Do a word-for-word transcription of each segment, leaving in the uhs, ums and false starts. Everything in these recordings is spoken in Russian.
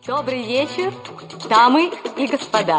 Добрый вечер, дамы и господа.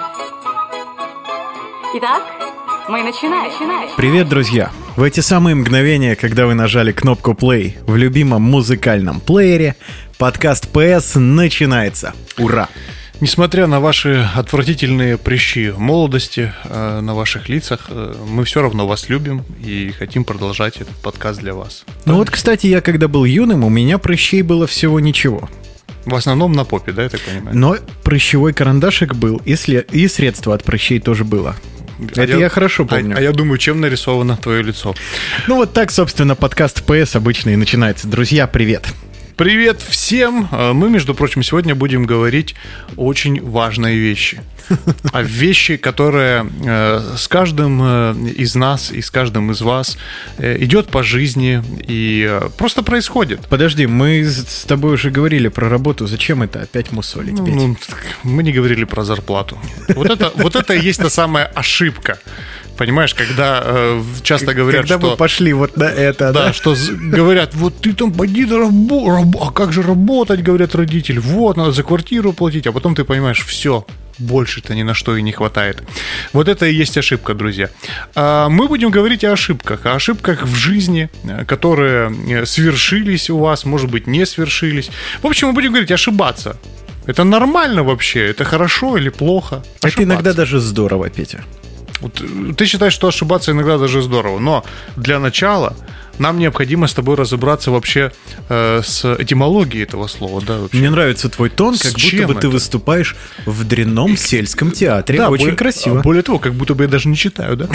Итак, мы начинаем. начинаем. Привет, друзья! В эти самые мгновения, когда вы нажали кнопку play в любимом музыкальном плеере, подкаст ПС начинается. Ура! Несмотря на ваши отвратительные прыщи молодости э, на ваших лицах, э, мы все равно вас любим и хотим продолжать этот подкаст для вас. Ну вот, кстати, я когда был юным, у меня прыщей было всего ничего. В основном на попе, да, я так понимаю? Но прыщевой карандашик был, и, след... и средство от прыщей тоже было. А Это я, я хорошо помню. А, а я думаю, чем нарисовано твое лицо. Ну вот так, собственно, подкаст ПС обычно и начинается. Друзья, привет! Привет всем! Мы, между прочим, сегодня будем говорить очень важные вещи. А вещи, которые с каждым из нас и с каждым из вас идет по жизни и просто происходит. Подожди, мы с тобой уже говорили про работу. Зачем это опять мусолить, Петя? Ну, мы не говорили про зарплату. Вот это, вот это и есть та самая ошибка. Понимаешь, когда э, часто говорят, когда что... мы пошли вот на это, да? Да, что говорят, вот ты там пойди на работу, а как же работать, говорят родители, вот, надо за квартиру платить, а потом ты понимаешь, все, больше-то ни на что и не хватает. Вот это и есть ошибка, друзья. Мы будем говорить о ошибках, о ошибках в жизни, которые свершились у вас, может быть, не свершились. В общем, мы будем говорить ошибаться. Это нормально вообще? Это хорошо или плохо? Это иногда даже здорово, Петя. Ты считаешь, что ошибаться иногда даже здорово, но для начала нам необходимо с тобой разобраться вообще э, с этимологией этого слова. Да, вообще. Мне нравится твой тон, как с будто бы это? Ты выступаешь в дрянном сельском театре. Да, очень более, красиво. Более того, как будто бы я даже не читаю, да?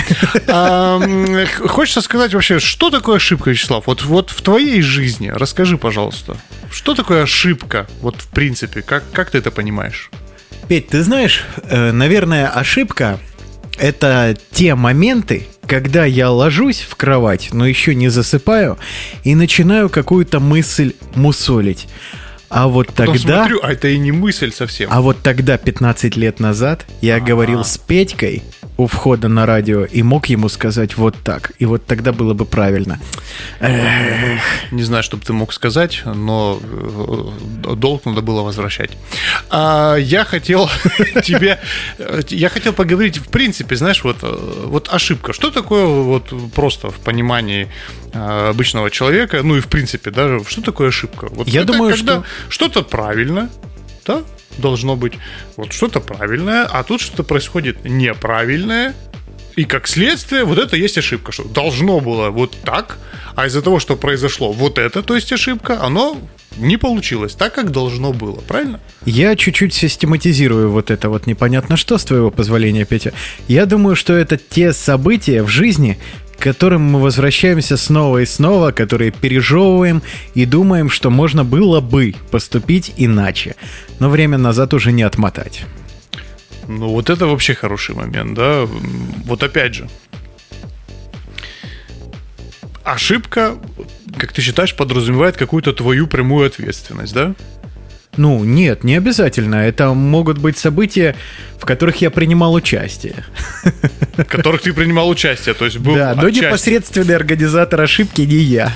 Хочется сказать вообще, что такое ошибка, Вячеслав? Вот в твоей жизни расскажи, пожалуйста, что такое ошибка, вот в принципе, как ты это понимаешь? Петь, ты знаешь, наверное, ошибка... Это те моменты, когда я ложусь в кровать, но еще не засыпаю, и начинаю какую-то мысль мусолить. А вот а тогда... Смотрю, а это и не мысль совсем. А вот тогда, пятнадцать лет назад, я А-а-а. говорил с Петькой у входа на радио и мог ему сказать вот так. И вот тогда было бы правильно. Эх. Не знаю, что бы ты мог сказать, но долг надо было возвращать. А я хотел тебе... Я хотел поговорить, в принципе, знаешь, вот, вот ошибка. Что такое вот просто в понимании обычного человека, ну и в принципе, даже, что такое ошибка? Вот я думаю, что... Что-то правильно, да? Должно быть вот что-то правильное, а тут что-то происходит неправильное, и как следствие вот это есть ошибка, что должно было вот так, а из-за того, что произошло вот это, то есть ошибка, оно не получилось так, как должно было, правильно? Я чуть-чуть систематизирую вот это вот непонятно что, с твоего позволения, Петя. Я думаю, что это те события в жизни, к которым мы возвращаемся снова и снова, которые пережевываем и думаем, что можно было бы поступить иначе, но время назад уже не отмотать. Ну вот это вообще хороший момент, да? Вот опять же, ошибка, как ты считаешь, подразумевает какую-то твою прямую ответственность, да? Ну, нет, не обязательно. Это могут быть события, в которых я принимал участие. В которых ты принимал участие, то есть был Да, но отчасти. Непосредственный организатор ошибки не я.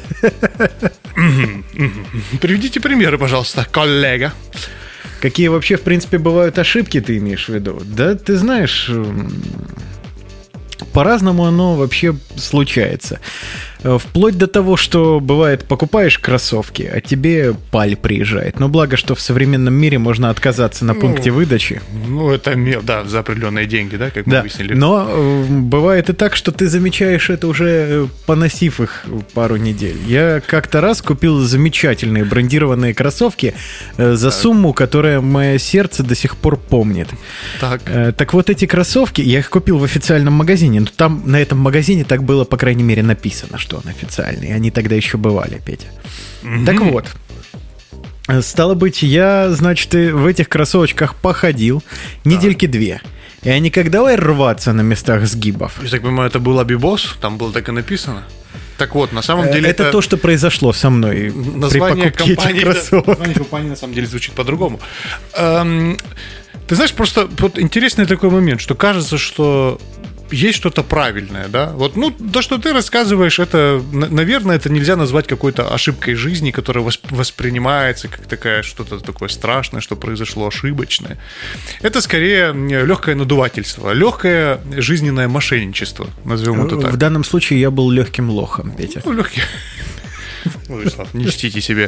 Приведите примеры, пожалуйста, коллега. Какие вообще, в принципе, бывают ошибки, ты имеешь в виду? Да, ты знаешь, по-разному оно вообще случается. Вплоть до того, что бывает, покупаешь кроссовки, а тебе паль приезжает. Но благо, что в современном мире можно отказаться на пункте ну, выдачи. Ну, это, да, за определенные деньги, да, как мы да. выяснили. Но э, бывает и так, что ты замечаешь это уже поносив их пару недель. Я как-то раз купил замечательные брендированные кроссовки э, за так. сумму, которая мое сердце до сих пор помнит. Так. Э, так вот эти кроссовки, я их купил в официальном магазине. Но там на этом магазине так было, по крайней мере, написано, что он официальный. Они тогда еще бывали, Петя. Mm-hmm. Так вот. Стало быть, я, значит, в этих кроссовочках походил недельки две. И они как давай рваться на местах сгибов. Я так понимаю, это был Абибос? Там было так и написано? Так вот, на самом деле это... Это то, что произошло со мной название при покупке компании, этих кроссовок. Название компании, на самом деле, звучит по-другому. Эм, ты знаешь, просто вот интересный такой момент, что кажется, что есть что-то правильное, да? Вот, ну, то, что ты рассказываешь, это, наверное, это нельзя назвать какой-то ошибкой жизни, которая воспринимается как такая, что-то такое страшное, что произошло ошибочное. Это скорее легкое надувательство, легкое жизненное мошенничество, назовем это так. В данном случае я был легким лохом, Петя. Ну, легкий. Владислав, не чтите себе.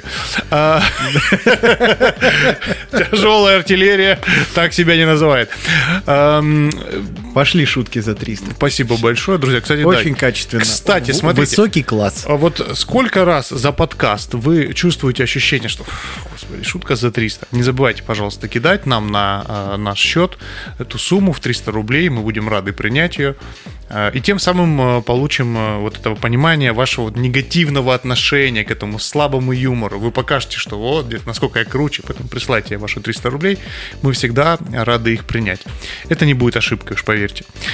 Тяжелая артиллерия так себя не называет. Пошли шутки за триста. Спасибо большое, друзья. Кстати, очень да. качественно. Кстати, смотрите. Высокий класс. Вот сколько раз за подкаст вы чувствуете ощущение, что, господи, шутка за триста. Не забывайте, пожалуйста, кидать нам на э, наш счет эту сумму в триста рублей. Мы будем рады принять ее. Э, и тем самым э, получим э, вот этого понимания вашего вот негативного отношения к этому слабому юмору. Вы покажете, что вот, насколько я круче, поэтому присылайте ваши триста рублей. Мы всегда рады их принять. Это не будет ошибкой, уж поверьте.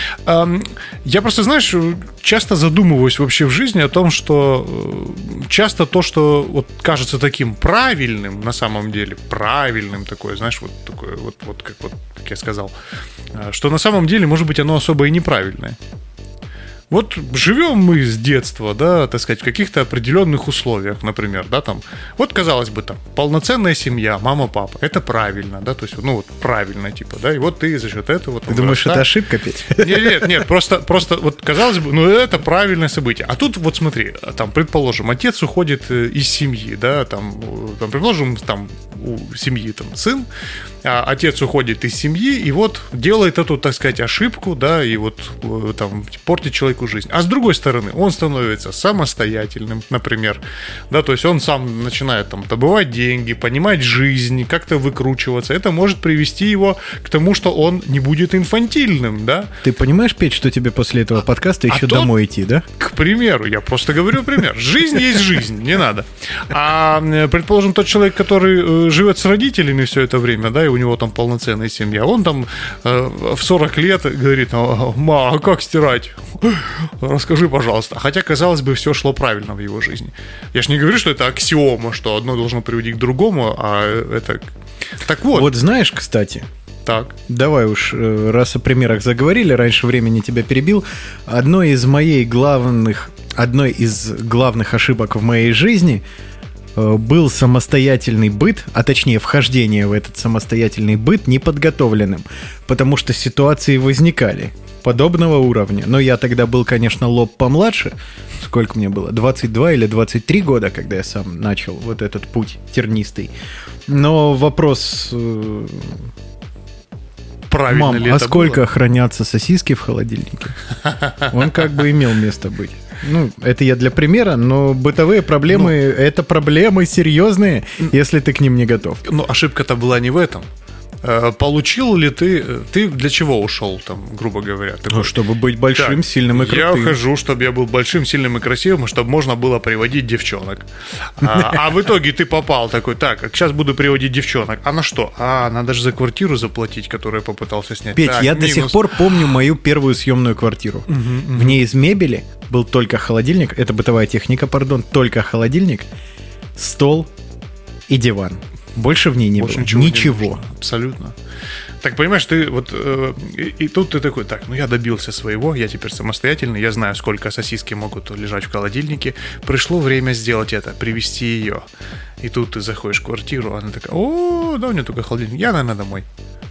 Я просто, знаешь, часто задумываюсь вообще в жизни о том, что часто то, что вот кажется таким правильным, на самом деле, правильным такое, знаешь, вот такое, вот, вот, как, вот как я сказал, что на самом деле, может быть, оно особо и неправильное. Вот живем мы с детства, да, так сказать, в каких-то определенных условиях, например, да, там, вот, казалось бы, там, полноценная семья, мама, папа, это правильно, да, то есть, ну, вот, правильно, типа, да, и вот ты за счет этого... Ты думаешь, это ошибка, Петь? Нет, нет, нет, просто, просто, вот, казалось бы, ну, это правильное событие, а тут, вот, смотри, там, предположим, отец уходит из семьи, да, там, там предположим, там, у семьи, там, сын, а отец уходит из семьи и вот делает эту, так сказать, ошибку, да, и вот, там, портит человеку жизнь. А с другой стороны, он становится самостоятельным, например, да, то есть он сам начинает там добывать деньги, понимать жизнь, как-то выкручиваться. Это может привести его к тому, что он не будет инфантильным, да. Ты понимаешь, Петь, что тебе после этого подкаста а еще тот, домой идти, да? К примеру, я просто говорю пример. Жизнь есть жизнь, не надо. А, предположим, тот человек, который живет с родителями все это время, да, и у него там полноценная семья, он там в сорок лет говорит: ма, а как стирать? Расскажи, пожалуйста. Хотя, казалось бы, все шло правильно в его жизни. Я ж не говорю, что это аксиома, что одно должно приводить к другому, а это... Так вот. Вот знаешь, кстати... Так. Давай уж, раз о примерах заговорили, раньше времени тебя перебил. Одной из моей главных, одной из главных ошибок в моей жизни был самостоятельный быт, а точнее вхождение в этот самостоятельный быт неподготовленным, потому что ситуации возникали подобного уровня. Но я тогда был, конечно, лоб помладше. Сколько мне было? двадцать два или двадцать три года, когда я сам начал вот этот путь тернистый. Но вопрос... Правильно Мам, ли а это сколько было? хранятся сосиски в холодильнике? Он как бы имел место быть. Ну, это я для примера, но бытовые проблемы, ну, это проблемы серьезные, если ты к ним не готов. Ну, ошибка-то была не в этом. Получил ли ты... Ты для чего ушел, там, грубо говоря? Ты ну, был... чтобы быть большим, так, сильным и крутым. Я ухожу, чтобы я был большим, сильным и красивым, чтобы можно было приводить девчонок. А, а в итоге ты попал такой: так, сейчас буду приводить девчонок. А на что? А, надо же за квартиру заплатить, которую я попытался снять. Петь, так, я минус. до сих пор помню мою первую съемную квартиру. Угу, угу. В ней из мебели был только холодильник, это бытовая техника, пардон, только холодильник, стол и диван. Больше в ней не Больше было. Ничего. ничего. Не абсолютно. Так, понимаешь, ты вот... Э, и, и тут ты такой: так, ну я добился своего, я теперь самостоятельный, я знаю, сколько сосиски могут лежать в холодильнике. Пришло время сделать это, привезти ее. И тут ты заходишь в квартиру, она такая: о, да, у нее только холодильник, я, наверное, домой.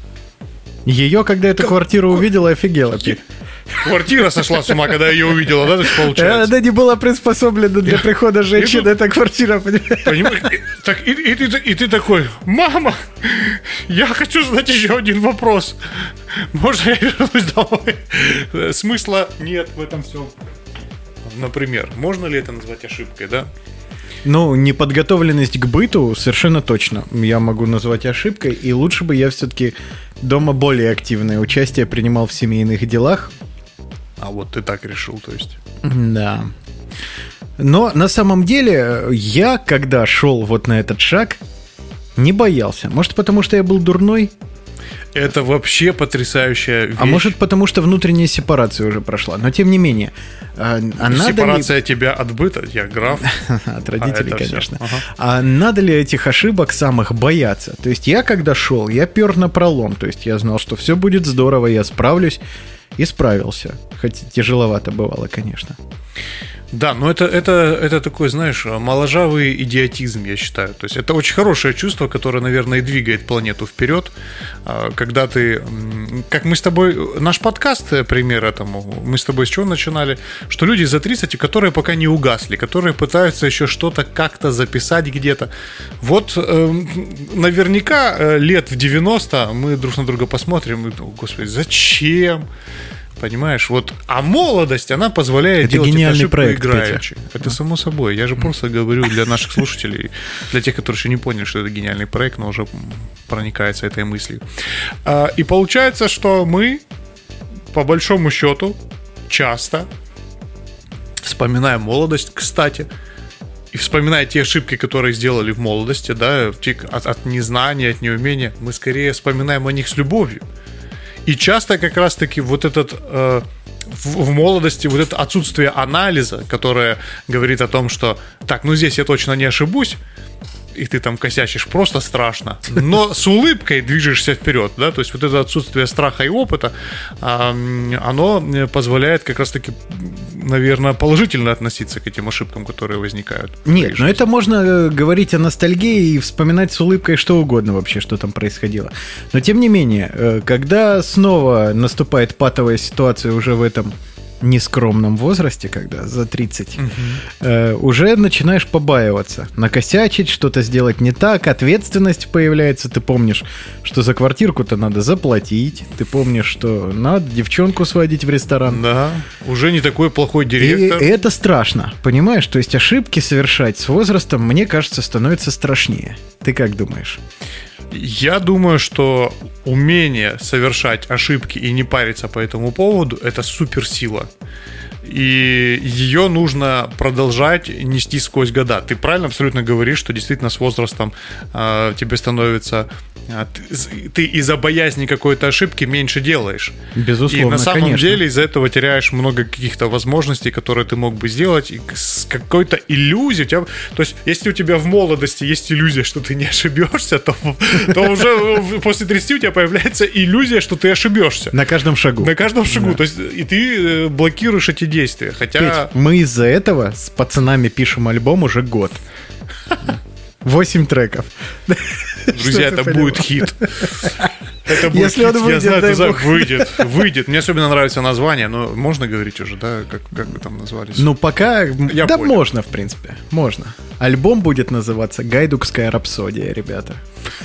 Ее, когда эту квартиру увидела, офигела. Квартира сошла с ума, когда я ее увидела, да, то есть получается. Она не была приспособлена для прихода женщины, эта квартира, понимаешь? Так, и, и, и, и ты такой: мама, я хочу задать еще один вопрос. Можно я вернусь домой? Смысла нет в этом всем. Например, можно ли это назвать ошибкой, да? Ну, неподготовленность к быту совершенно точно я могу назвать ошибкой, и лучше бы я все-таки дома более активное участие принимал в семейных делах. А вот ты так решил, то есть? Да. Но на самом деле я, когда шел вот на этот шаг, не боялся. Может, потому что я был дурной? Это вообще потрясающая вещь. А может, потому что внутренняя сепарация уже прошла. Но тем не менее. А, а сепарация ли... тебя от быта? Я граф. От родителей, а конечно. Ага. А надо ли этих ошибок самых бояться? То есть я, когда шел, я пер напролом. То есть я знал, что все будет здорово, я справлюсь. и справился. Хоть тяжеловато бывало, конечно. Да, но это, это, это такой, знаешь, моложавый идиотизм, я считаю. То есть это очень хорошее чувство, которое, наверное, и двигает планету вперед. Когда ты, как мы с тобой, наш подкаст, пример этому, мы с тобой с чего начинали? Что люди за тридцать, которые пока не угасли, которые пытаются еще что-то как-то записать где-то. Вот наверняка лет в девяносто мы друг на друга посмотрим и, господи, зачем? Понимаешь, вот, а молодость, она позволяет это делать гениальный эту ошибку проект, играючи. Петя. Это само собой. Я же просто говорю для наших слушателей, для тех, которые еще не поняли, что это гениальный проект, но уже проникается этой мыслью. И получается, что мы, по большому счету, часто вспоминаем молодость, кстати, и вспоминая те ошибки, которые сделали в молодости, да, от, от незнания, от неумения, мы скорее вспоминаем о них с любовью. И часто как раз-таки вот этот э, в, в молодости вот это отсутствие анализа, которое говорит о том, что так, ну здесь я точно не ошибусь, и ты там косячишь, просто страшно, но с улыбкой движешься вперед, да, то есть вот это отсутствие страха и опыта, э, оно позволяет как раз-таки, наверное, положительно относиться к этим ошибкам, которые возникают. Нет, но это можно говорить о ностальгии и вспоминать с улыбкой что угодно вообще, что там происходило. Но тем не менее, когда снова наступает патовая ситуация уже в этом нескромном возрасте, когда за тридцать, угу. э, уже начинаешь побаиваться, накосячить, что-то сделать не так, ответственность появляется, ты помнишь, что за квартирку-то надо заплатить, ты помнишь, что надо девчонку сводить в ресторан. Да, уже не такой плохой директор. И, и это страшно, понимаешь? То есть ошибки совершать с возрастом, мне кажется, становится страшнее. Ты как думаешь? Я думаю, что умение совершать ошибки и не париться по этому поводу – это суперсила. И ее нужно продолжать нести сквозь года. Ты правильно абсолютно говоришь, что действительно с возрастом э, тебе становится... Э, ты, ты из-за боязни какой-то ошибки меньше делаешь. Безусловно, и на самом конечно. деле из-за этого теряешь много каких-то возможностей, которые ты мог бы сделать. И с какой-то иллюзией... Тебя, то есть, если у тебя в молодости есть иллюзия, что ты не ошибешься, то, то уже после тридцати у тебя появляется иллюзия, что ты ошибешься. На каждом шагу. На каждом шагу. Да. То есть, и ты блокируешь эти действия. Хотя... Петь, мы из-за этого с пацанами пишем альбом уже год. Восемь треков. Друзья, это будет хит. Это будет Если хит. он выйдет, Я знаю, дай ты за... бог. выйдет, выйдет. Мне особенно нравится название, но можно говорить уже, да, как, как вы там назвались? Ну, пока... Я да понял. можно, в принципе. Можно. Альбом будет называться «Гайдукская рапсодия», ребята.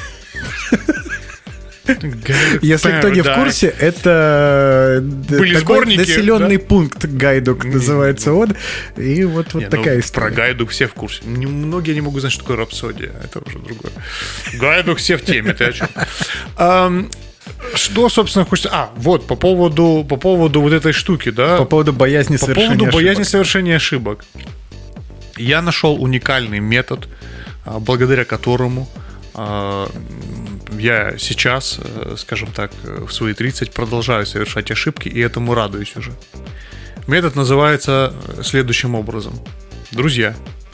Если кто не в курсе, это Были такой сборники, населенный да? пункт Гайдук называется он. И вот, вот Не, такая ну, история. про Гайдук все в курсе. Не- Многие не могут знать, что такое рапсодия. Это уже другое. Гайдук все в теме, ты о чем? Ам, Что, собственно, хочется... А, вот, по поводу, по поводу вот этой штуки, да? По поводу боязни По совершения поводу боязни ошибок. совершения ошибок. Я нашел уникальный метод, а, благодаря которому а, я сейчас, э, скажем так, в свои тридцать продолжаю совершать ошибки, и этому радуюсь уже. Метод называется следующим образом. Друзья,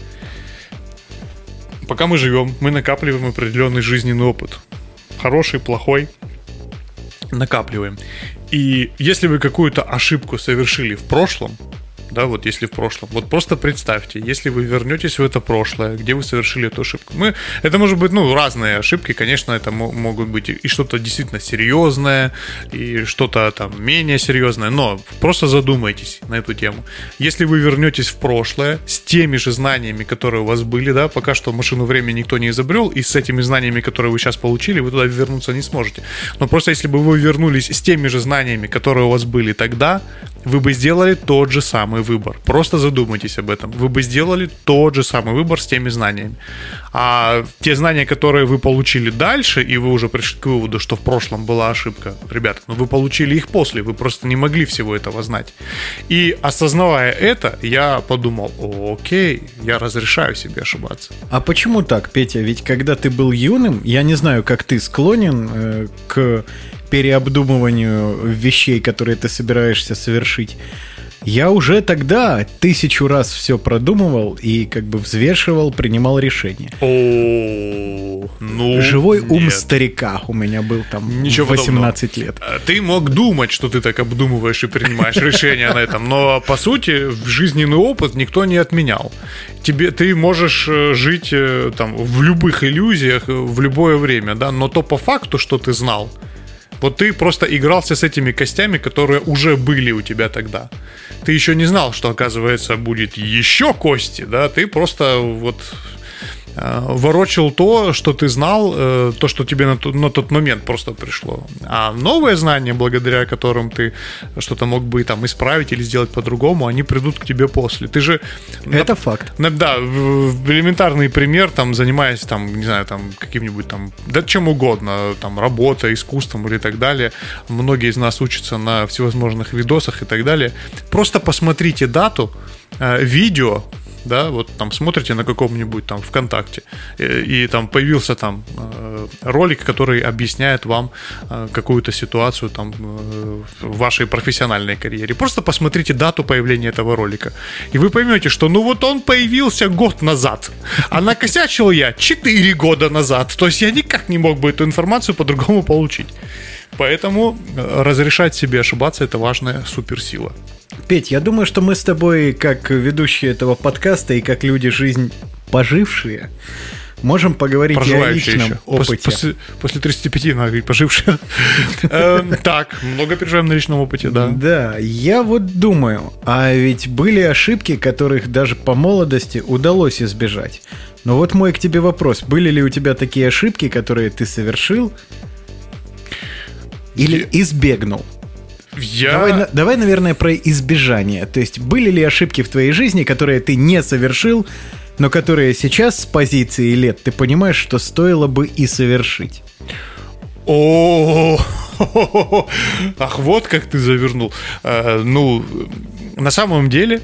пока мы живем, мы накапливаем определенный жизненный опыт. Хороший, плохой. Накапливаем. И если вы какую-то ошибку совершили в прошлом, да, вот если в прошлом, вот просто представьте, если вы вернетесь в это прошлое, где вы совершили эту ошибку. Мы, это может быть, ну, разные ошибки, конечно, это мо- могут быть и что-то действительно серьезное, и что-то там менее серьезное, но просто задумайтесь на эту тему. Если вы вернетесь в прошлое с теми же знаниями, которые у вас были, да, пока что машину времени никто не изобрел, и с этими знаниями, которые вы сейчас получили, вы туда вернуться не сможете. Но просто если бы вы вернулись с теми же знаниями, которые у вас были тогда, вы бы сделали тот же самый выбор. Просто задумайтесь об этом. Вы бы сделали тот же самый выбор с теми знаниями. А те знания, которые вы получили дальше, и вы уже пришли к выводу, что в прошлом была ошибка, ребята, ну вы получили их после, вы просто не могли всего этого знать. И осознавая это, я подумал, окей, я разрешаю себе ошибаться. А почему так, Петя? Ведь когда ты был юным, я не знаю, как ты склонен э, к переобдумыванию вещей, которые ты собираешься совершить. Я уже тогда тысячу раз все продумывал и как бы взвешивал, принимал решения. О, ну, Живой ум нет. старика у меня был там Ничего в восемнадцать лет. Ты мог думать, что ты так обдумываешь и принимаешь решения на этом, но по сути жизненный опыт никто не отменял. Тебе, ты можешь жить там в любых иллюзиях в любое время, да, но то по факту, что ты знал, вот ты просто игрался с этими костями, которые уже были у тебя тогда. Ты еще не знал, что, оказывается, будет еще кости, да, ты просто вот ворочил то, что ты знал, то, что тебе на, на тот момент просто пришло. А новые знания, благодаря которым ты что-то мог бы там исправить или сделать по-другому, они придут к тебе после. Ты же... Это на, факт. На, да, элементарный пример, там, занимаясь, там, не знаю, там, каким-нибудь там, да чем угодно, там, работой, искусством или так далее. Многие из нас учатся на всевозможных видосах и так далее. Просто посмотрите дату, э, видео, да, вот там смотрите на каком-нибудь там ВКонтакте, и, и там появился там э, ролик, который объясняет вам э, какую-то ситуацию там э, в вашей профессиональной карьере. Просто посмотрите дату появления этого ролика, и вы поймете, что ну вот он появился год назад, а накосячил я четыре года назад, то есть я никак не мог бы эту информацию по-другому получить. Поэтому разрешать себе ошибаться — это важная суперсила. Петь, я думаю, что мы с тобой, как ведущие этого подкаста и как люди, жизнь пожившие, можем поговорить и о личном еще. опыте. После, после тридцати пяти надо говорить пожившие. Так, много переживаем на личном опыте, да. Да, я вот думаю, а ведь были ошибки, которых даже по молодости удалось избежать. Но вот мой к тебе вопрос. Были ли у тебя такие ошибки, которые ты совершил или избегнул? Я... Давай, давай, наверное, про избежание. То есть, были ли ошибки в твоей жизни, которые ты не совершил, но которые сейчас с позиции лет ты понимаешь, что стоило бы и совершить? О, ах, вот как ты завернул. Ну, на самом деле,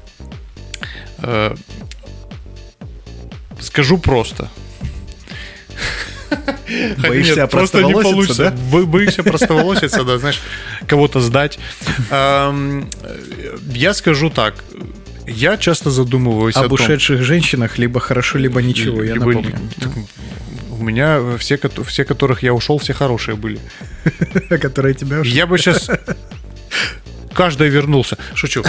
скажу просто. Боишься Нет, просто не получится, да? Боишься простоволоситься, да, знаешь, кого-то сдать. Я скажу так. Я часто задумываюсь об о том... ушедших женщинах либо хорошо, либо ничего, я либо... напомню. У меня все, все, которых я ушел, все хорошие были. Которые тебя ушли. Я бы сейчас... Каждый вернулся. Шучу.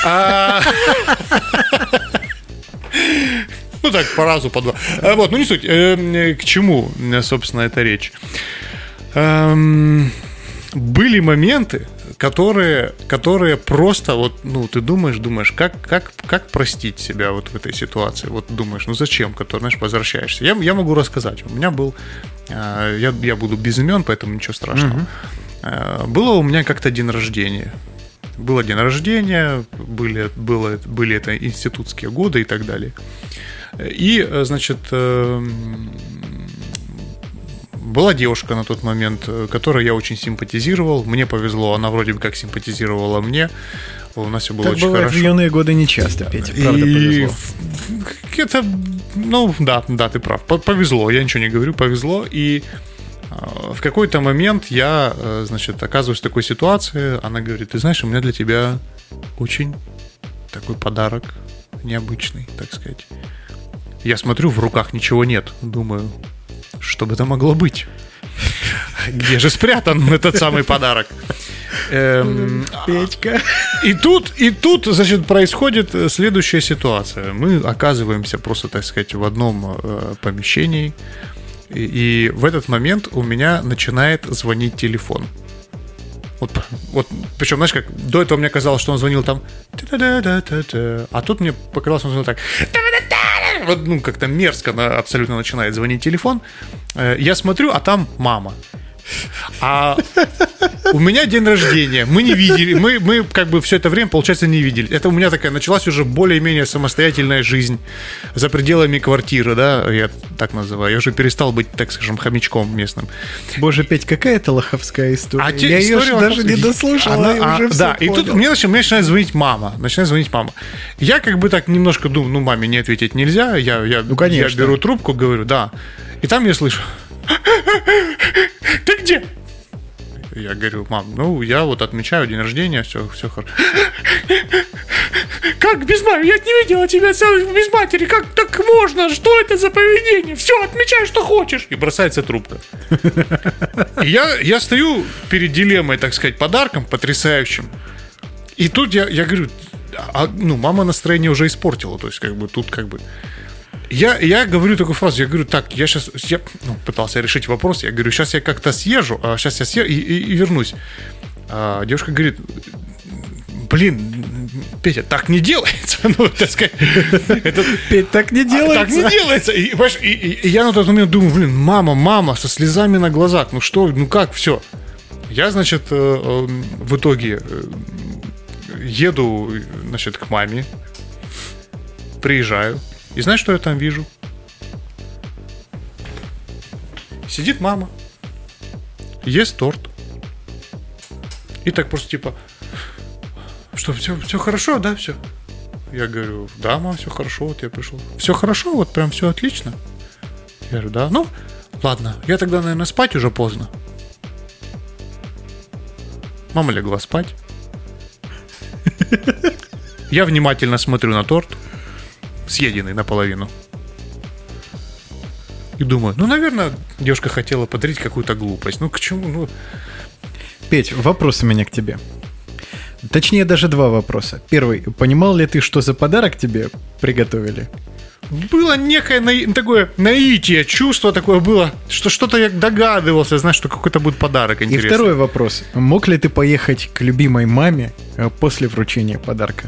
Ну так, по разу, по два. А, вот, ну не суть. Э, к чему, собственно, эта речь? Эм, были моменты, которые, которые просто, вот, ну, ты думаешь, думаешь, как, как, как простить себя вот в этой ситуации? Вот думаешь, ну зачем, который, знаешь, возвращаешься. Я, я могу рассказать. У меня был, э, я, я буду без имен, поэтому ничего страшного. Угу. Э, было у меня как-то день рождения. Было день рождения, были, было, были это институтские годы и так далее. И, значит, была девушка на тот момент, которой я очень симпатизировал. Мне повезло, она вроде бы как симпатизировала мне. У нас все было так очень бывает хорошо. В юные годы не часто, Петя, правда, и повезло. Это, ну, да, да, ты прав. Повезло, я ничего не говорю, повезло. И в какой-то момент я, значит, оказываюсь в такой ситуации. Она говорит, ты знаешь, у меня для тебя очень такой подарок необычный, так сказать. Я смотрю, в руках ничего нет. Думаю, что бы это могло быть? Где же спрятан этот самый подарок? Эм, Петька. И тут, и тут, значит, происходит следующая ситуация. Мы оказываемся просто, так сказать, в одном э, помещении. И, и в этот момент у меня начинает звонить телефон. Вот, вот, причем, знаешь, как до этого мне казалось, что он звонил там, а тут мне показалось, что он звонил так. Вот, ну, как-то мерзко абсолютно начинает звонить телефон. Я смотрю, а там мама. А у меня день рождения. Мы не видели, мы, мы как бы все это время, получается, не видели. Это у меня такая началась уже более-менее самостоятельная жизнь за пределами квартиры, да, я так называю. Я уже перестал быть, так скажем, хомячком местным. Боже, Петь, какая это лоховская история. А я ее история даже не дослушала, она, и а, уже все да, понял. И тут мне, мне начинает звонить мама. Начинает звонить мама. Я как бы так немножко думаю, ну, маме не ответить нельзя. Я, я, ну, конечно. Я беру трубку, говорю, да. И там я слышу: ты где? Я говорю, мам, ну, я вот отмечаю день рождения, все, все хорошо. Как без мамы? Я не видела тебя без матери. Как так можно? Что это за поведение? Все, отмечай, что хочешь. И бросается трубка. И я, я стою перед дилеммой, так сказать, подарком потрясающим. И тут я, я говорю, а, ну, мама настроение уже испортила. То есть, как бы, тут как бы... Я, я говорю такую фразу, я говорю, так, я сейчас, я, ну, пытался решить вопрос, я говорю, сейчас я как-то съезжу, а сейчас я съезжу и, и, и вернусь. А девушка говорит, блин, Петя, так не делается. Ну, так сказать, это, Петь, так не делается. Так не делается. И, и, и, и я на тот момент думаю, блин, мама, мама, со слезами на глазах, ну что, ну как, все. Я, значит, в итоге еду, значит, к маме, приезжаю. И знаешь, что я там вижу? Сидит мама, ест торт. И так просто типа, что, все, все хорошо, да, все? Я говорю, да, мам, все хорошо, вот я пришел. Все хорошо, вот прям все отлично. Я говорю, да, ну, ладно, я тогда, наверное, спать уже поздно. Мама легла спать. Я внимательно смотрю на торт, съеденный наполовину. И думаю, ну, наверное, девушка хотела подарить какую-то глупость. Ну, к чему? Ну... Петь, вопрос у меня к тебе. Точнее, даже два вопроса. Первый, понимал ли ты, что за подарок тебе приготовили? Было некое наи... такое наитие, чувство такое было, что что-то я догадывался, знаешь, что какой-то будет подарок интересный. И второй вопрос. Мог ли ты поехать к любимой маме после вручения подарка?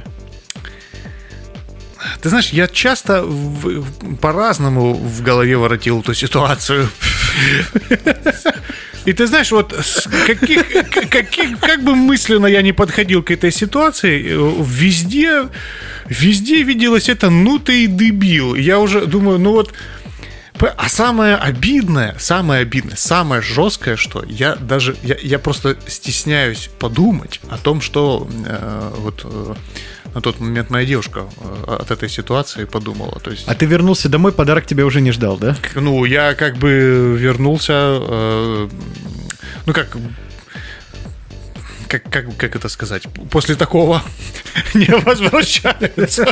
Ты знаешь, я часто в, в, по-разному в голове воротил эту ситуацию. И ты знаешь, вот каких, каких, как бы мысленно я не подходил к этой ситуации, везде, везде виделось это, ну ты и дебил. Я уже думаю, ну вот... А самое обидное, самое обидное, самое жесткое, что я даже, я, я просто стесняюсь подумать о том, что э, вот э, на тот момент моя девушка э, от этой ситуации подумала. То есть, а ты вернулся домой, подарок тебя уже не ждал, да? Ну, я как бы вернулся, э, ну как... Как, как, как это сказать? После такого не возвращаются.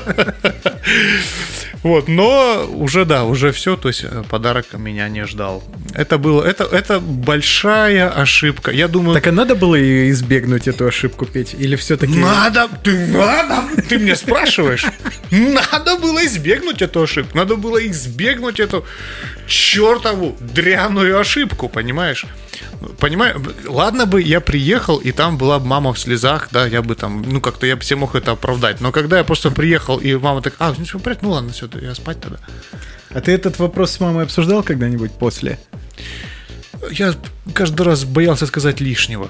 Вот, но уже, да, уже все, то есть подарок меня не ждал. Это было, это, это большая ошибка. Я думаю... Так а надо было избегнуть эту ошибку, Петь? Или все-таки... Надо, ты надо, ты меня спрашиваешь? Надо было избегнуть эту ошибку. Надо было избегнуть эту чертову дрянную ошибку, понимаешь? Понимаю, ладно бы я приехал, и там была бы мама в слезах, да, я бы там, ну, как-то я бы себе мог это оправдать. Но когда я просто приехал, и мама так, а, ну, блядь, ну ладно, все, я спать тогда. А ты этот вопрос с мамой обсуждал когда-нибудь после? Я каждый раз боялся сказать лишнего.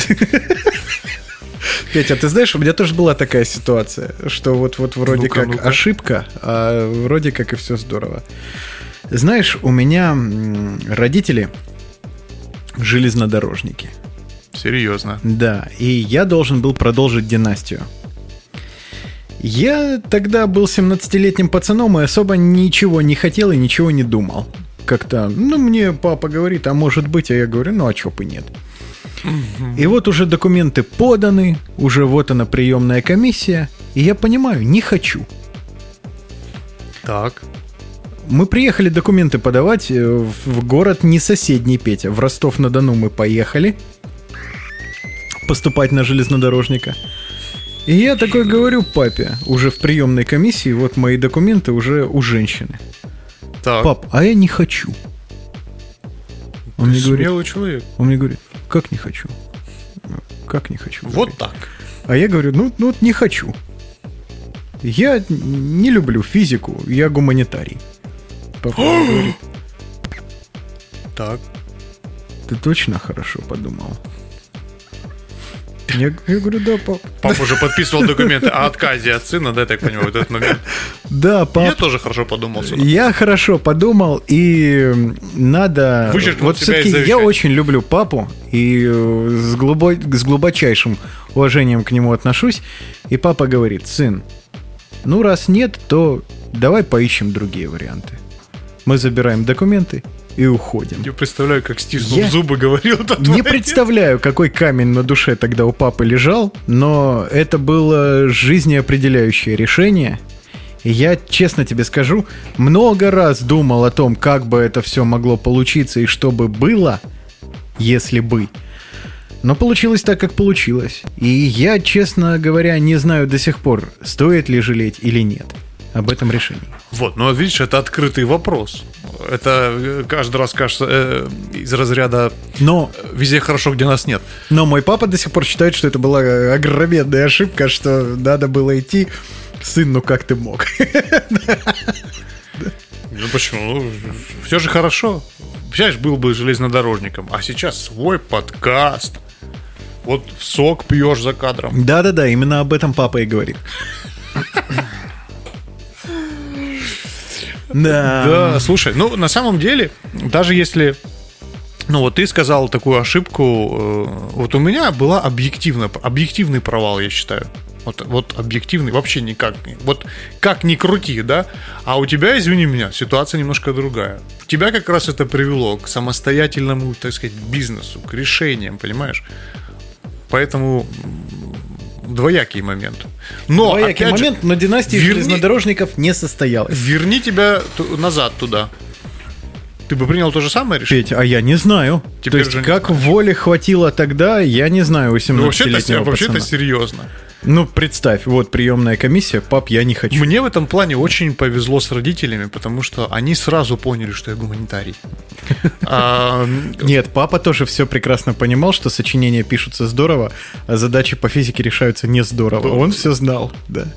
Петя, ты знаешь, у меня тоже была такая ситуация, что вот-вот вроде ну-ка, как ну-ка. ошибка, а вроде как и все здорово. Знаешь, у меня родители железнодорожники. Серьезно? Да, и я должен был продолжить династию. Я тогда был семнадцатилетним пацаном и особо ничего не хотел и ничего не думал. Как-то, ну, мне папа говорит, а может быть, а я говорю, ну, а чё бы нет. Mm-hmm. И вот уже документы поданы, уже вот она приемная комиссия, и я понимаю, не хочу. Так. Мы приехали документы подавать в город не соседний, Петя. В Ростов-на-Дону мы поехали поступать на железнодорожника. И я такой говорю папе, уже в приемной комиссии, вот мои документы уже у женщины. Так. Пап, а я не хочу. Он мне смелый говорит, человек. Он мне говорит, как не хочу? Как не хочу? Вот говорит. так. А я говорю, ну, ну не хочу. Я не люблю физику, я гуманитарий. Папа говорит, так. Ты точно хорошо подумал? Я, я говорю, да, пап. Папа уже подписывал документы о отказе от сына, да, я так понимаю, в этот момент. Да, пап. Я тоже хорошо подумал. Сюда. Я хорошо подумал, и надо... Вычеркнул вот себя из все-таки я завещания. очень люблю папу, и с, глубо... с глубочайшим уважением к нему отношусь. И папа говорит, сын, ну раз нет, то давай поищем другие варианты. Мы забираем документы и уходим. Я представляю, как стиснув Я зубы говорил этот Не парень. представляю, какой камень на душе тогда у папы лежал, но это было жизнеопределяющее решение. И я, честно тебе скажу, много раз думал о том, как бы это все могло получиться и что бы было, если бы. Но получилось так, как получилось. И я, честно говоря, не знаю до сих пор, стоит ли жалеть или нет об этом решении. Вот, ну видишь, это открытый вопрос. Это каждый раз кажется э, из разряда Но, «везде хорошо, где нас нет». но мой папа до сих пор считает, что это была огроменная ошибка, что надо было идти. Сын, ну как ты мог? Ну почему? Ну, все же хорошо. Представляешь, был бы железнодорожником, а сейчас свой подкаст. Вот сок пьешь за кадром. Да-да-да, именно об этом папа и говорит. Да. Да, слушай, ну на самом деле, даже если, ну вот ты сказал такую ошибку, э, вот у меня была объективно, объективный провал, я считаю. Вот, вот объективный, вообще никак. Вот как ни крути, да? А у тебя, извини меня, ситуация немножко другая. Тебя как раз это привело к самостоятельному, так сказать, бизнесу, к решениям, понимаешь? Поэтому двоякий момент. Но, Двоякий опять же, момент, но династия верни- железнодорожников не состоялась. верни тебя ту- назад туда. Ты бы принял то же самое решение? Петь, а я не знаю. Теперь То есть, уже не как знаешь. воли хватило тогда, я не знаю у Ну, семнадцатилетнего вообще-то, вообще-то пацана. серьезно. Ну, представь, вот приемная комиссия, пап, я не хочу. Мне в этом плане очень повезло с родителями, потому что они сразу поняли, что я гуманитарий. А, Нет, папа тоже все прекрасно понимал, что сочинения пишутся здорово, а задачи по физике решаются не здорово. Он все знал, да.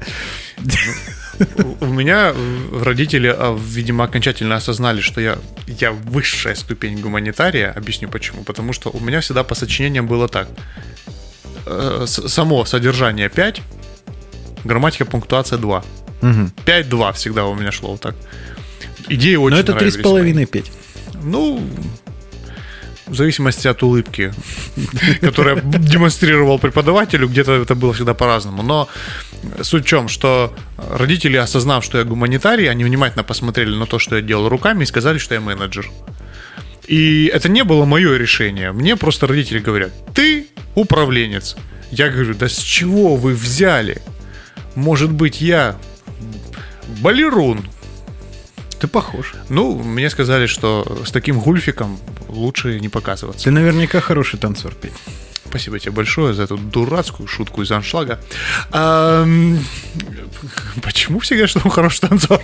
У меня родители, а, видимо, окончательно осознали, что я, я высшая ступень гуманитария. Объясню почему. Потому что у меня всегда по сочинениям было так. Э, с- Само содержание пять, грамматика, пунктуация два. Мгм. пять-два всегда у меня шло вот так. Идеи очень Но это три нравились с половиной, Петь. мои. Ну, в зависимости от улыбки, которую я демонстрировал преподавателю, где-то это было всегда по-разному. Но суть в чем, что родители, осознав, что я гуманитарий, они внимательно посмотрели на то, что я делал руками, и сказали, что я менеджер. И это не было мое решение. Мне просто родители говорят: ты управленец. Я говорю: да с чего вы взяли? Может быть, я балерун? Ты похож. Ну, мне сказали, что с таким гульфиком лучше не показываться. Ты наверняка хороший танцор, Петь. Спасибо тебе большое за эту дурацкую шутку из аншлага. Ам, Почему все говорят, что он хороший танцор?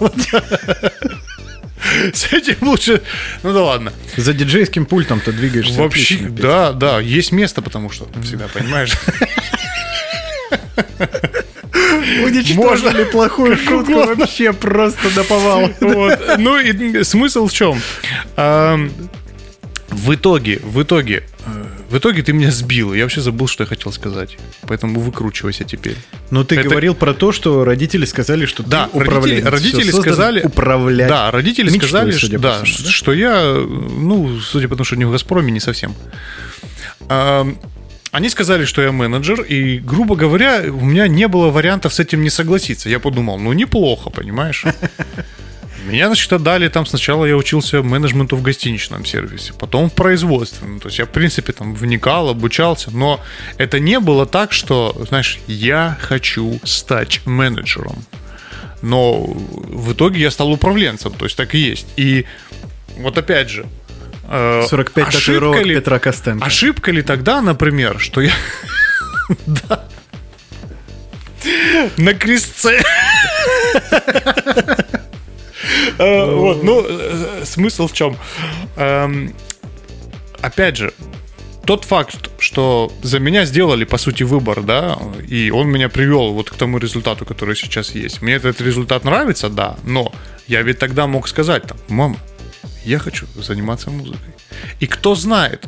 С этим лучше... Ну да ладно. За диджейским пультом ты двигаешься Вообще, отлично, Петь. да, да, есть место, потому что всегда, понимаешь? Уничтожили плохую шутку вообще просто наповал. Вот. Ну и смысл в чем? Ам, В итоге, в итоге, э, в итоге ты меня сбил. Я вообще забыл, что я хотел сказать. Поэтому выкручивайся теперь. Но ты Это- говорил про то, что родители сказали, что Да, ты управленец. родители, родители Всё, создан сказали... управлять. Да, родители мечтой, сказали, судя что, по да, всему, да? что я, ну, судя по тому, что не в «Газпроме», не совсем. А, Они сказали, что я менеджер, и, грубо говоря, у меня не было вариантов с этим не согласиться. Я подумал, ну, неплохо, понимаешь? Меня, значит, отдали там. Сначала я учился менеджменту в гостиничном сервисе, потом в производственном. То есть я, в принципе, там вникал, обучался. Но это не было так, что, знаешь, я хочу стать менеджером. Но в итоге я стал управленцем. То есть так и есть. И вот опять же, э, сорок пять ошибка татуировок ли- Петра Костенко. Ошибка ли тогда, например, что я... Да. На крестце. Э, Вот, ну, э, смысл в чем? Эм, Опять же, тот факт, что за меня сделали, по сути, выбор, да, и он меня привел вот к тому результату, который сейчас есть. Мне этот результат нравится, да, но я ведь тогда мог сказать, там, мама, я хочу заниматься музыкой. И кто знает,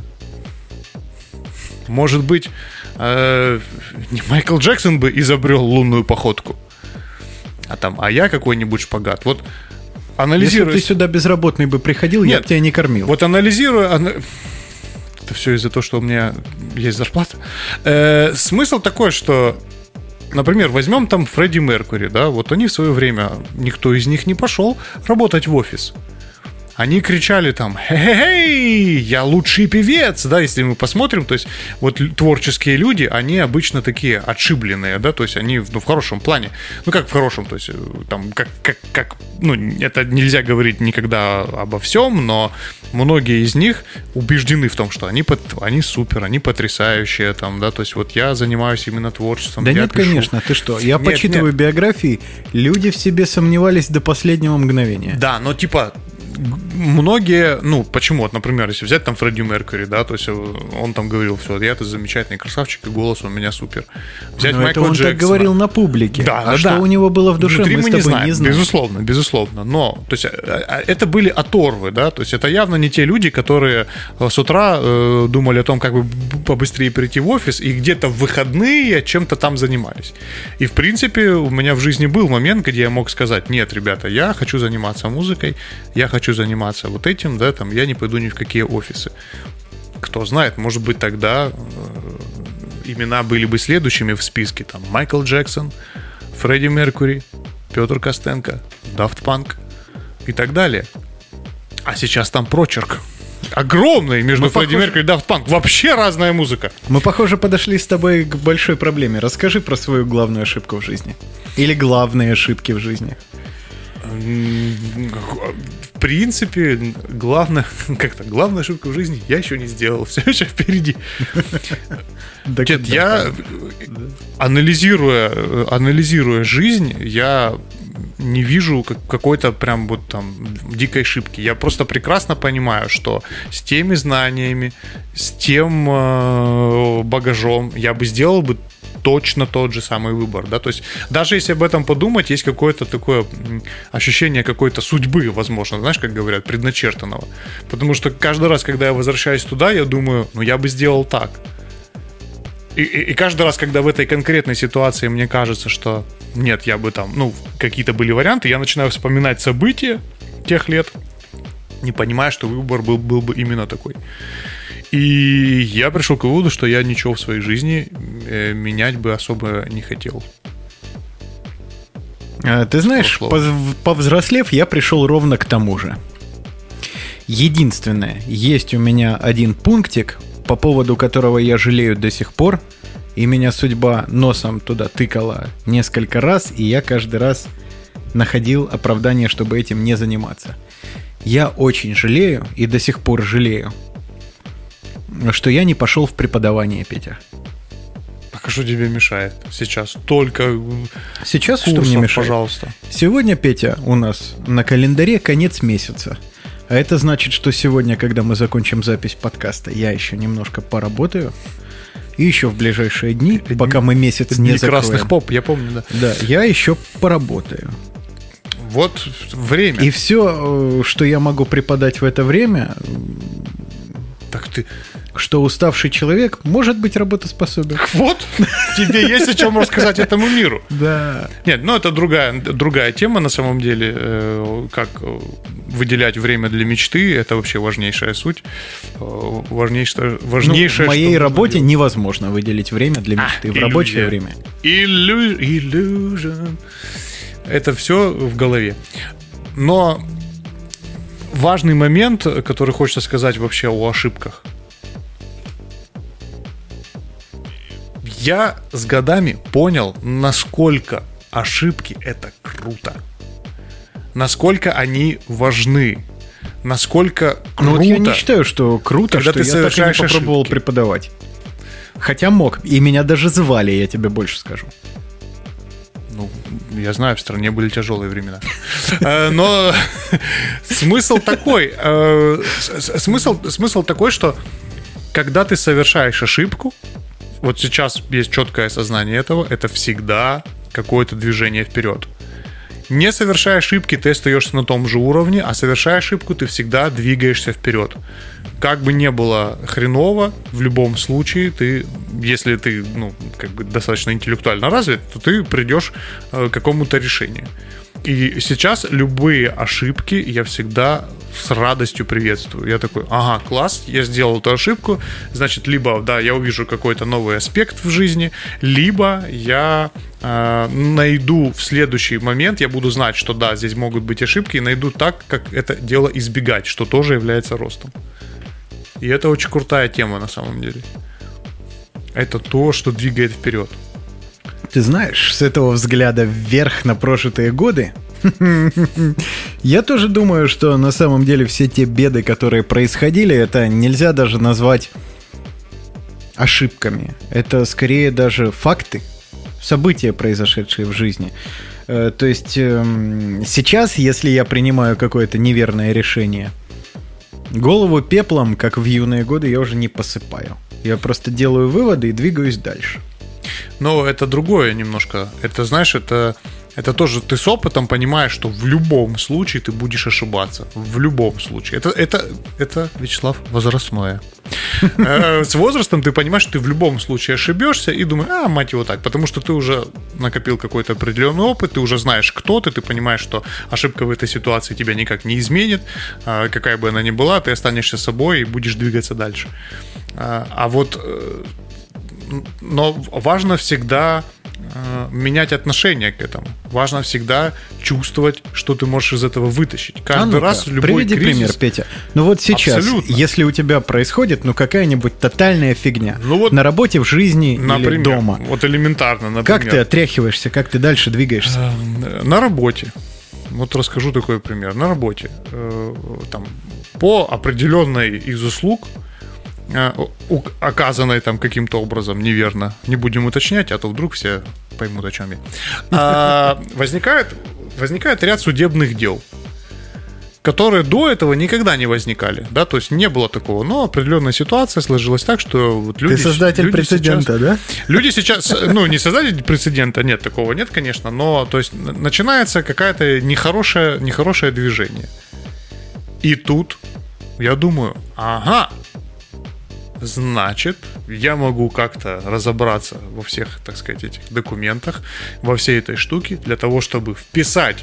может быть, э, не Майкл Джексон бы изобрел лунную походку, а там, а я какой-нибудь шпагат. Вот Если анализируя... бы ты сюда безработный бы приходил, я Нет, бы тебя не кормил. Вот анализируя... ана- Это все из-за того, что у меня есть зарплата. Э, смысл такой, что, например, возьмем там Фредди Меркьюри, да, вот они в свое время, никто из них не пошел работать в офис. они кричали там «Хе-хе-хей, я лучший певец», да, если мы посмотрим, то есть вот творческие люди, они обычно такие отшибленные, да, то есть они, ну, в хорошем плане, ну, как в хорошем, то есть там, как, как, как, ну, это нельзя говорить никогда обо всем, но многие из них убеждены в том, что они, под, они супер, они потрясающие, там, да, то есть вот я занимаюсь именно творчеством. Да я нет, пишу. конечно, ты что, я Нет, почитываю нет. биографии, люди в себе сомневались до последнего мгновения. Да, но типа многие, ну, почему, вот, например, если взять там Фредди Меркьюри, да, то есть он там говорил, все, я это замечательный красавчик, и голос у меня супер. Взять Но это Майкла он Джексона. так говорил на публике. Да, а да, что да. у него было в душе, Внутри мы с мы тобой не знаем, не знаем. безусловно, безусловно. Но, то есть, это были оторвы, да, то есть это явно не те люди, которые с утра э, думали о том, как бы побыстрее прийти в офис и где-то в выходные чем-то там занимались. И, в принципе, у меня в жизни был момент, где я мог сказать: нет, ребята, я хочу заниматься музыкой, я хочу заниматься вот этим, да, там, я не пойду ни в какие офисы. Кто знает, может быть, тогда э, имена были бы следующими в списке, там, Майкл Джексон, Фредди Меркьюри, Петр Костенко, Daft Punk и так далее. А сейчас там прочерк огромный между Мы Фредди похожи. Меркьюри и Daft Punk. Вообще разная музыка. Мы, похоже, подошли с тобой к большой проблеме. Расскажи про свою главную ошибку в жизни. Или главные ошибки в жизни. В принципе, главное, как-то, главная ошибка в жизни я еще не сделал. Все еще впереди. Нет, я, анализируя, анализируя жизнь, я не вижу какой-то прям вот там дикой ошибки. Я просто прекрасно понимаю, что с теми знаниями, с тем э, багажом я бы сделал бы точно тот же самый выбор, да, то есть даже если об этом подумать, есть какое-то такое ощущение какой-то судьбы, возможно, знаешь, как говорят, предначертанного, потому что каждый раз, когда я возвращаюсь туда, я думаю, ну, я бы сделал так. И, и, и каждый раз, когда в этой конкретной ситуации мне кажется, что нет, я бы там, ну, какие-то были варианты, я начинаю вспоминать события тех лет, не понимая, что выбор был, был бы именно такой. И я пришел к выводу, что я ничего в своей жизни э, менять бы особо не хотел. А, ты знаешь, пов- повзрослев, я пришел ровно к тому же. Единственное, есть у меня один пунктик, по поводу которого я жалею до сих пор, и меня судьба носом туда тыкала несколько раз, и я каждый раз находил оправдание, чтобы этим не заниматься. Я очень жалею, и до сих пор жалею, что я не пошел в преподавание, Петя. А что тебе мешает сейчас? Только Сейчас курсов, что мне мешает? Пожалуйста. Сегодня, Петя, у нас на календаре конец месяца. А это значит, что сегодня, когда мы закончим запись подкаста, я еще немножко поработаю. И еще в ближайшие дни, Дни- пока мы месяц не Дни закроем. красных поп, я помню, да. Да, я еще поработаю. Вот время. И все, что я могу преподать в это время, Так ты... что уставший человек может быть работоспособен. Вот, тебе есть о чем рассказать этому миру. Да. Нет, ну это другая, другая тема на самом деле. Э, Как выделять время для мечты, это вообще важнейшая суть. Э, Важнейшее, Ну, важнейшее в моей что работе нужно невозможно выделить время для мечты А, в рабочее иллюзия. время. делать. Илlu- Illusion. Это все в голове. Но важный момент, который хочется сказать вообще о ошибках. Я с годами понял, насколько ошибки — это круто. Насколько они важны. Насколько круто. Ну вот я не считаю, что круто, Когда что ты я так и не совершаешь попробовал ошибки. преподавать. Хотя мог. И меня даже звали, я тебе больше скажу. Ну, я знаю, в стране были тяжелые времена. Э, Но смысл такой, э, с- смысл, смысл такой, что когда ты совершаешь ошибку, вот сейчас есть четкое осознание этого, это всегда какое-то движение вперед. Не совершая ошибки, ты остаешься на том же уровне, а совершая ошибку, ты всегда двигаешься вперед. Как бы не было хреново, в любом случае, ты, если ты, ну, как бы достаточно интеллектуально развит, то ты придешь э, к какому-то решению. И сейчас любые ошибки я всегда с радостью приветствую. Я такой, ага, класс, я сделал эту ошибку, значит, либо, да, я увижу какой-то новый аспект в жизни, либо я э, найду в следующий момент, я буду знать, что да, здесь могут быть ошибки, и найду так, как это дело избегать, что тоже является ростом. И это очень крутая тема на самом деле. Это то, что двигает вперед. Ты знаешь, с этого взгляда вверх на прожитые годы, я тоже думаю, что на самом деле все те беды, которые происходили, это нельзя даже назвать ошибками. Это скорее даже факты, события, произошедшие в жизни. То есть сейчас, если я принимаю какое-то неверное решение, голову пеплом, как в юные годы, я уже не посыпаю. Я просто делаю выводы и двигаюсь дальше. Но это другое немножко. Это, знаешь, это, это тоже ты с опытом понимаешь, что в любом случае ты будешь ошибаться. В любом случае. Это, это, это Вячеслав, возрастное. С возрастом ты понимаешь, что ты в любом случае ошибешься и думаешь, а, мать его так. Потому что ты уже накопил какой-то определенный опыт, ты уже знаешь, кто ты, ты понимаешь, что ошибка в этой ситуации тебя никак не изменит. Какая бы она ни была, ты останешься собой и будешь двигаться дальше. А вот... Но важно всегда э, менять отношение к этому. Важно всегда чувствовать, что ты можешь из этого вытащить. Каждый а раз любой приведи кризис... пример, Петя. Ну вот сейчас, Абсолютно. Если у тебя происходит ну какая-нибудь тотальная фигня ну вот, на работе, в жизни например, или дома. Вот элементарно, например. Как ты отряхиваешься, как ты дальше двигаешься? На работе. Вот расскажу такой пример. На работе. Э, там, по определенной из услуг, оказанной там каким-то образом неверно, не будем уточнять, а то вдруг все поймут, о чем я. А, возникает, возникает ряд судебных дел, которые до этого никогда не возникали, да, то есть не было такого, но определенная ситуация сложилась так, что вот люди... Ты создатель люди прецедента, сейчас, да? Люди сейчас, ну, не создатель прецедента, нет, такого нет, конечно, но, то есть, начинается какое-то нехорошее, нехорошее движение. И тут я думаю, ага, значит, я могу как-то разобраться во всех, так сказать, этих документах, во всей этой штуке, для того, чтобы вписать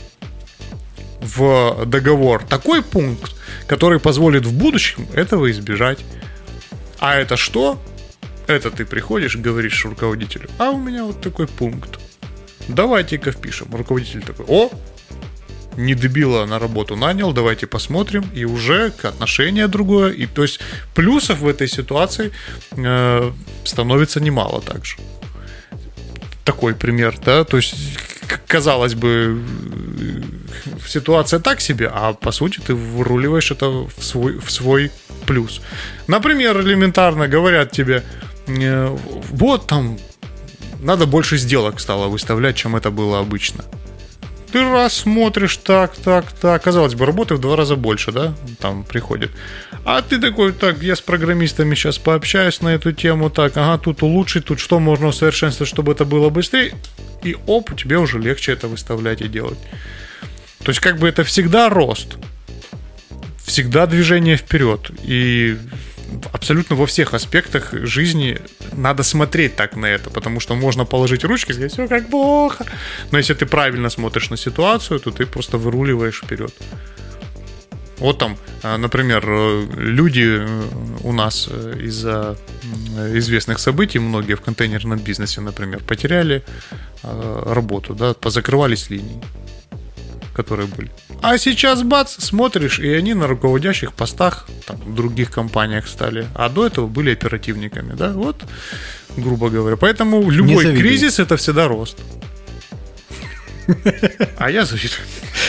в договор такой пункт, который позволит в будущем этого избежать. А это что? Это ты приходишь, говоришь руководителю, а у меня вот такой пункт. Давайте-ка впишем. Руководитель такой, о, не дебила на работу нанял, давайте посмотрим, и уже отношение другое. И то есть плюсов в этой ситуации э, становится немало также. Такой пример, да, то есть казалось бы ситуация так себе, а по сути ты выруливаешь это в свой, в свой плюс. Например, элементарно говорят тебе, э, вот там надо больше сделок стало выставлять, чем это было обычно. Ты раз смотришь, так, так, так. Казалось бы, работы в два раза больше, да, там приходит. А ты такой, так, я с программистами сейчас пообщаюсь на эту тему, так, ага, тут улучшить, тут что можно усовершенствовать, чтобы это было быстрее. И оп, тебе уже легче это выставлять и делать. То есть, как бы это всегда рост. Всегда движение вперед. И абсолютно во всех аспектах жизни надо смотреть так на это, потому что можно положить ручки и сказать, все как плохо. Но если ты правильно смотришь на ситуацию, то ты просто выруливаешь вперед. Вот там, например, люди у нас из-за известных событий, многие в контейнерном бизнесе, например, потеряли работу, да, позакрывались линии, которые были. А сейчас, бац, смотришь, и они на руководящих постах там, в других компаниях стали. А до этого были оперативниками, да, вот, грубо говоря. Поэтому любой кризис — это всегда рост. А я завидую.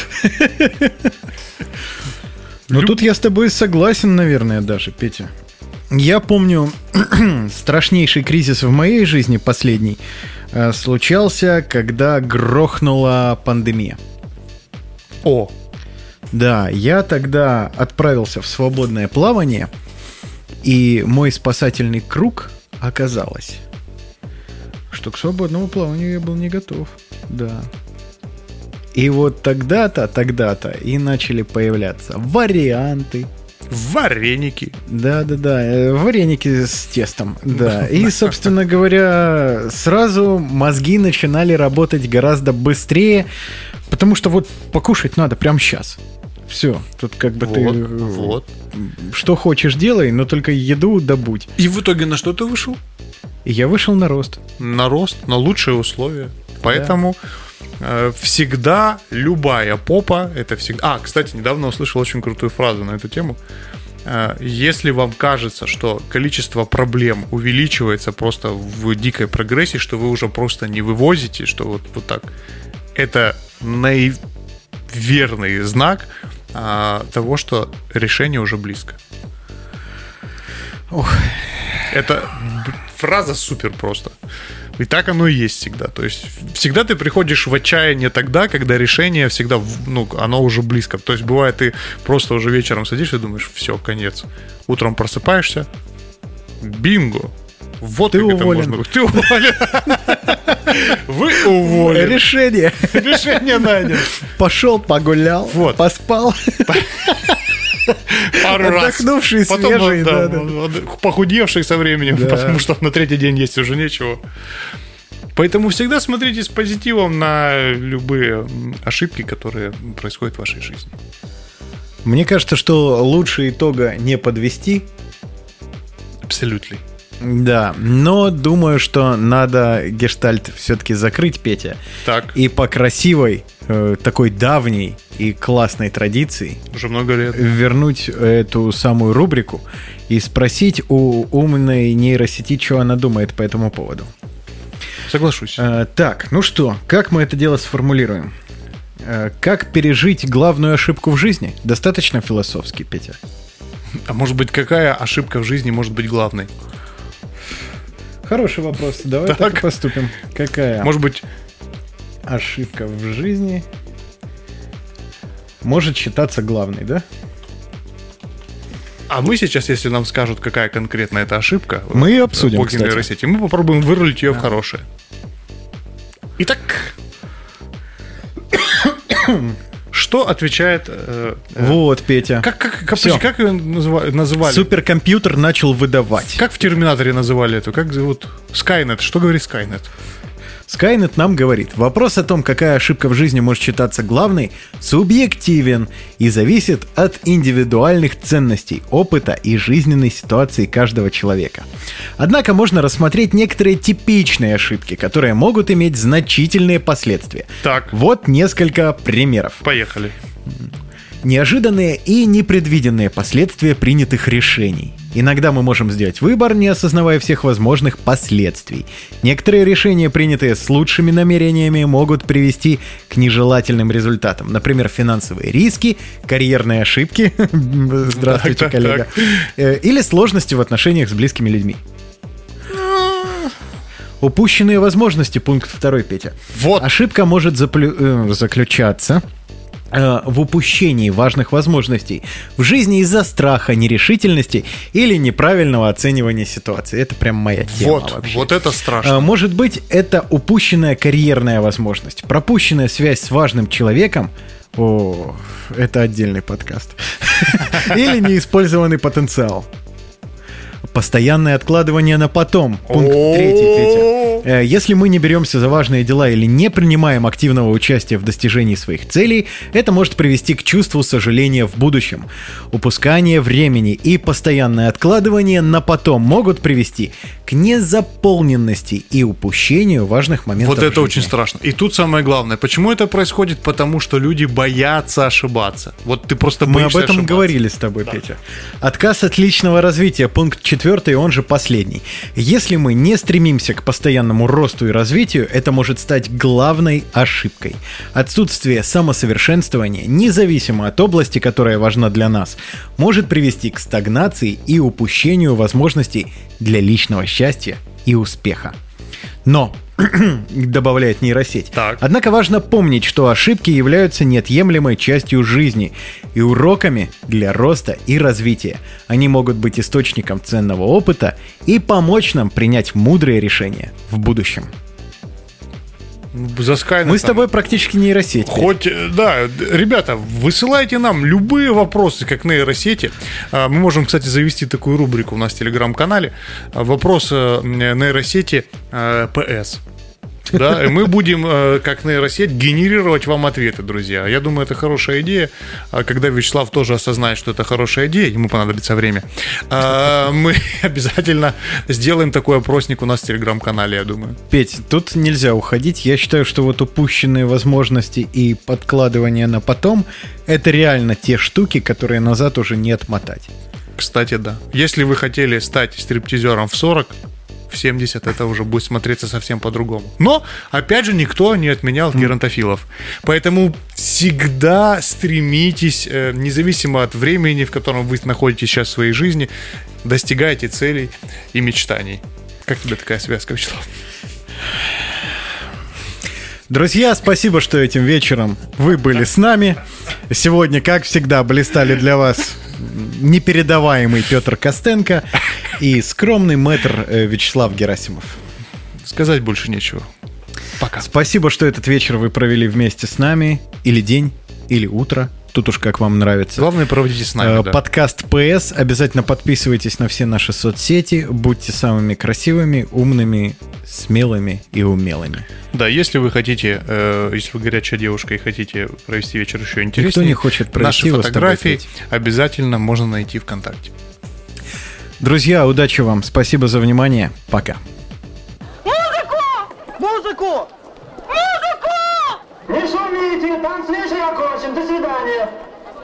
Ну, тут я с тобой согласен, наверное, даже, Петя. Я помню, страшнейший кризис в моей жизни, последний, случался, когда грохнула пандемия. О! Да, я тогда отправился в свободное плавание, и мой спасательный круг оказалось, что к свободному плаванию я был не готов. Да. И вот тогда-то, тогда-то и начали появляться варианты. Вареники. Да-да-да, вареники с тестом. Да. И, собственно говоря, сразу мозги начинали работать гораздо быстрее. Потому что вот покушать надо прямо сейчас. Все, тут как бы Вот, ты вот. что хочешь делай, но только еду добудь. И в итоге на что ты вышел? И я вышел на рост. На рост, на лучшие условия. Поэтому э, всегда любая попа, это всегда... А, кстати, недавно услышал очень крутую фразу на эту тему. Э, если вам кажется, что количество проблем увеличивается просто в дикой прогрессии, что вы уже просто не вывозите, что вот, вот так, это наиверный знак э, того, что решение уже близко. Ох. Это фраза супер просто. И так оно и есть всегда. То есть всегда ты приходишь в отчаяние тогда, когда решение всегда, ну, оно уже близко. То есть бывает, ты просто уже вечером садишься и думаешь, все, конец. Утром просыпаешься, бинго. Вот ты как уволен. это можно. Ты уволен. Вы уволены. Решение. Решение найдено. Пошел, погулял, Вот. поспал. Пару раз. Отдохнувший, Потом, свежий, да, да, похудевший со временем, Да. потому что на третий день есть уже нечего. Поэтому всегда смотрите с позитивом на любые ошибки, которые происходят в вашей жизни. Мне кажется, что лучше итога не подвести. Абсолютно. Да, но думаю, что надо гештальт все-таки закрыть, Петя. Так, И по красивой, э, такой давней и классной традиции уже много лет. вернуть эту самую рубрику и спросить у умной нейросети, что она думает по этому поводу. Соглашусь. Э, так, ну что, как мы это дело сформулируем? Э, как пережить главную ошибку в жизни? Достаточно философски, Петя. А может быть, какая ошибка в жизни может быть главной? Хороший вопрос. Давай так, Так. и поступим. Какая Может быть, ошибка в жизни может считаться главной, да? а мы сейчас, если нам скажут, какая конкретно эта ошибка, Мы ее обсудим, по кстати. нейросети, мы попробуем вырулить ее в хорошее. Итак, что отвечает... э, э, Вот, Петя. Как, как, как, Всё. как ее назва- называли? Суперкомпьютер начал выдавать. Как в Терминаторе называли эту? Как зовут? Skynet. Что говорит Skynet? Skynet нам говорит, вопрос о том, какая ошибка в жизни может считаться главной, субъективен и зависит от индивидуальных ценностей, опыта и жизненной ситуации каждого человека. Однако можно рассмотреть некоторые типичные ошибки, которые могут иметь значительные последствия. Так, Вот несколько примеров. поехали. Неожиданные и непредвиденные последствия принятых решений. Иногда мы можем сделать выбор, не осознавая всех возможных последствий. Некоторые решения, принятые с лучшими намерениями, могут привести к нежелательным результатам. Например, финансовые риски, карьерные ошибки, здравствуйте, Так, так, коллега, Э, или сложности в отношениях с близкими людьми. Упущенные возможности, пункт второй, Петя. Вот. Ошибка может заплю- э, заключаться э, в упущении важных возможностей в жизни из-за страха, нерешительности или неправильного оценивания ситуации. Это прям моя тема Вот, вообще. вот это Э, страшно. Может быть, это упущенная карьерная возможность, пропущенная связь с важным человеком. О, это отдельный подкаст. Или неиспользованный потенциал. Постоянное откладывание на потом. Пункт третий, Петя. Э, Если мы не беремся за важные дела или не принимаем активного участия в достижении своих целей, это может привести к чувству сожаления в будущем. Упускание времени и постоянное откладывание на потом могут привести к незаполненности и упущению важных моментов Вот это жизни. очень страшно. И тут самое главное. Почему это происходит? Потому что люди боятся ошибаться. Вот ты просто Мы об боишься этом ошибаться. говорили с тобой, Петя. Отказ от личного развития, пункт четвертый, он же последний. Если мы не стремимся к постоянному росту и развитию, это может стать главной ошибкой. Отсутствие самосовершенствования, независимо от области, которая важна для нас, может привести к стагнации и упущению возможностей для личного счастья и успеха. Но, добавляет нейросеть, Так. однако важно помнить, что ошибки являются неотъемлемой частью жизни и уроками для роста и развития. Они могут быть источником ценного опыта и помочь нам принять мудрые решения в будущем. За Skynet Мы с там тобой практически нейросеть. Хоть, э, да, д- ребята, высылайте нам любые вопросы, как нейросети. А, Мы можем, кстати, завести такую рубрику у нас в телеграм-канале. А, Вопрос э, нейросети э, ПС. Да, и мы будем, э, как нейросеть, генерировать вам ответы, друзья. Я думаю, это хорошая идея. А когда Вячеслав тоже осознает, что это хорошая идея, ему понадобится время, э, мы обязательно сделаем такой опросник у нас в Телеграм-канале, я думаю. Петь, тут нельзя уходить. Я считаю, что вот упущенные возможности и подкладывание на потом — это реально те штуки, которые назад уже не отмотать. Кстати, да. Если вы хотели стать стриптизером в сорок, в семьдесят это уже будет смотреться совсем по-другому. Но, опять же, никто не отменял геронтофилов. Поэтому всегда стремитесь, э, независимо от времени, в котором вы находитесь сейчас в своей жизни, достигайте целей и мечтаний. Как тебе такая связка, Вячеслав? Друзья, спасибо, что этим вечером вы были с нами. Сегодня, как всегда, блистали для вас непередаваемый Петр Костенко и скромный мэтр Вячеслав Герасимов. Сказать больше нечего. Пока. Спасибо, что этот вечер вы провели вместе с нами. Или день, или утро. Тут уж как вам нравится. Главное, проводите с нами, да. Подкаст ПС. Обязательно подписывайтесь на все наши соцсети. Будьте самыми красивыми, умными, смелыми и умелыми. Да, если вы хотите, э, если вы горячая девушка и хотите провести вечер еще интереснее, никто не хочет провести, наши фотографии обязательно можно найти ВКонтакте. Друзья, удачи вам. Спасибо за внимание. Пока. Музыку! Музыку! Музыку! Не шумите, танцующие окончим. До свидания.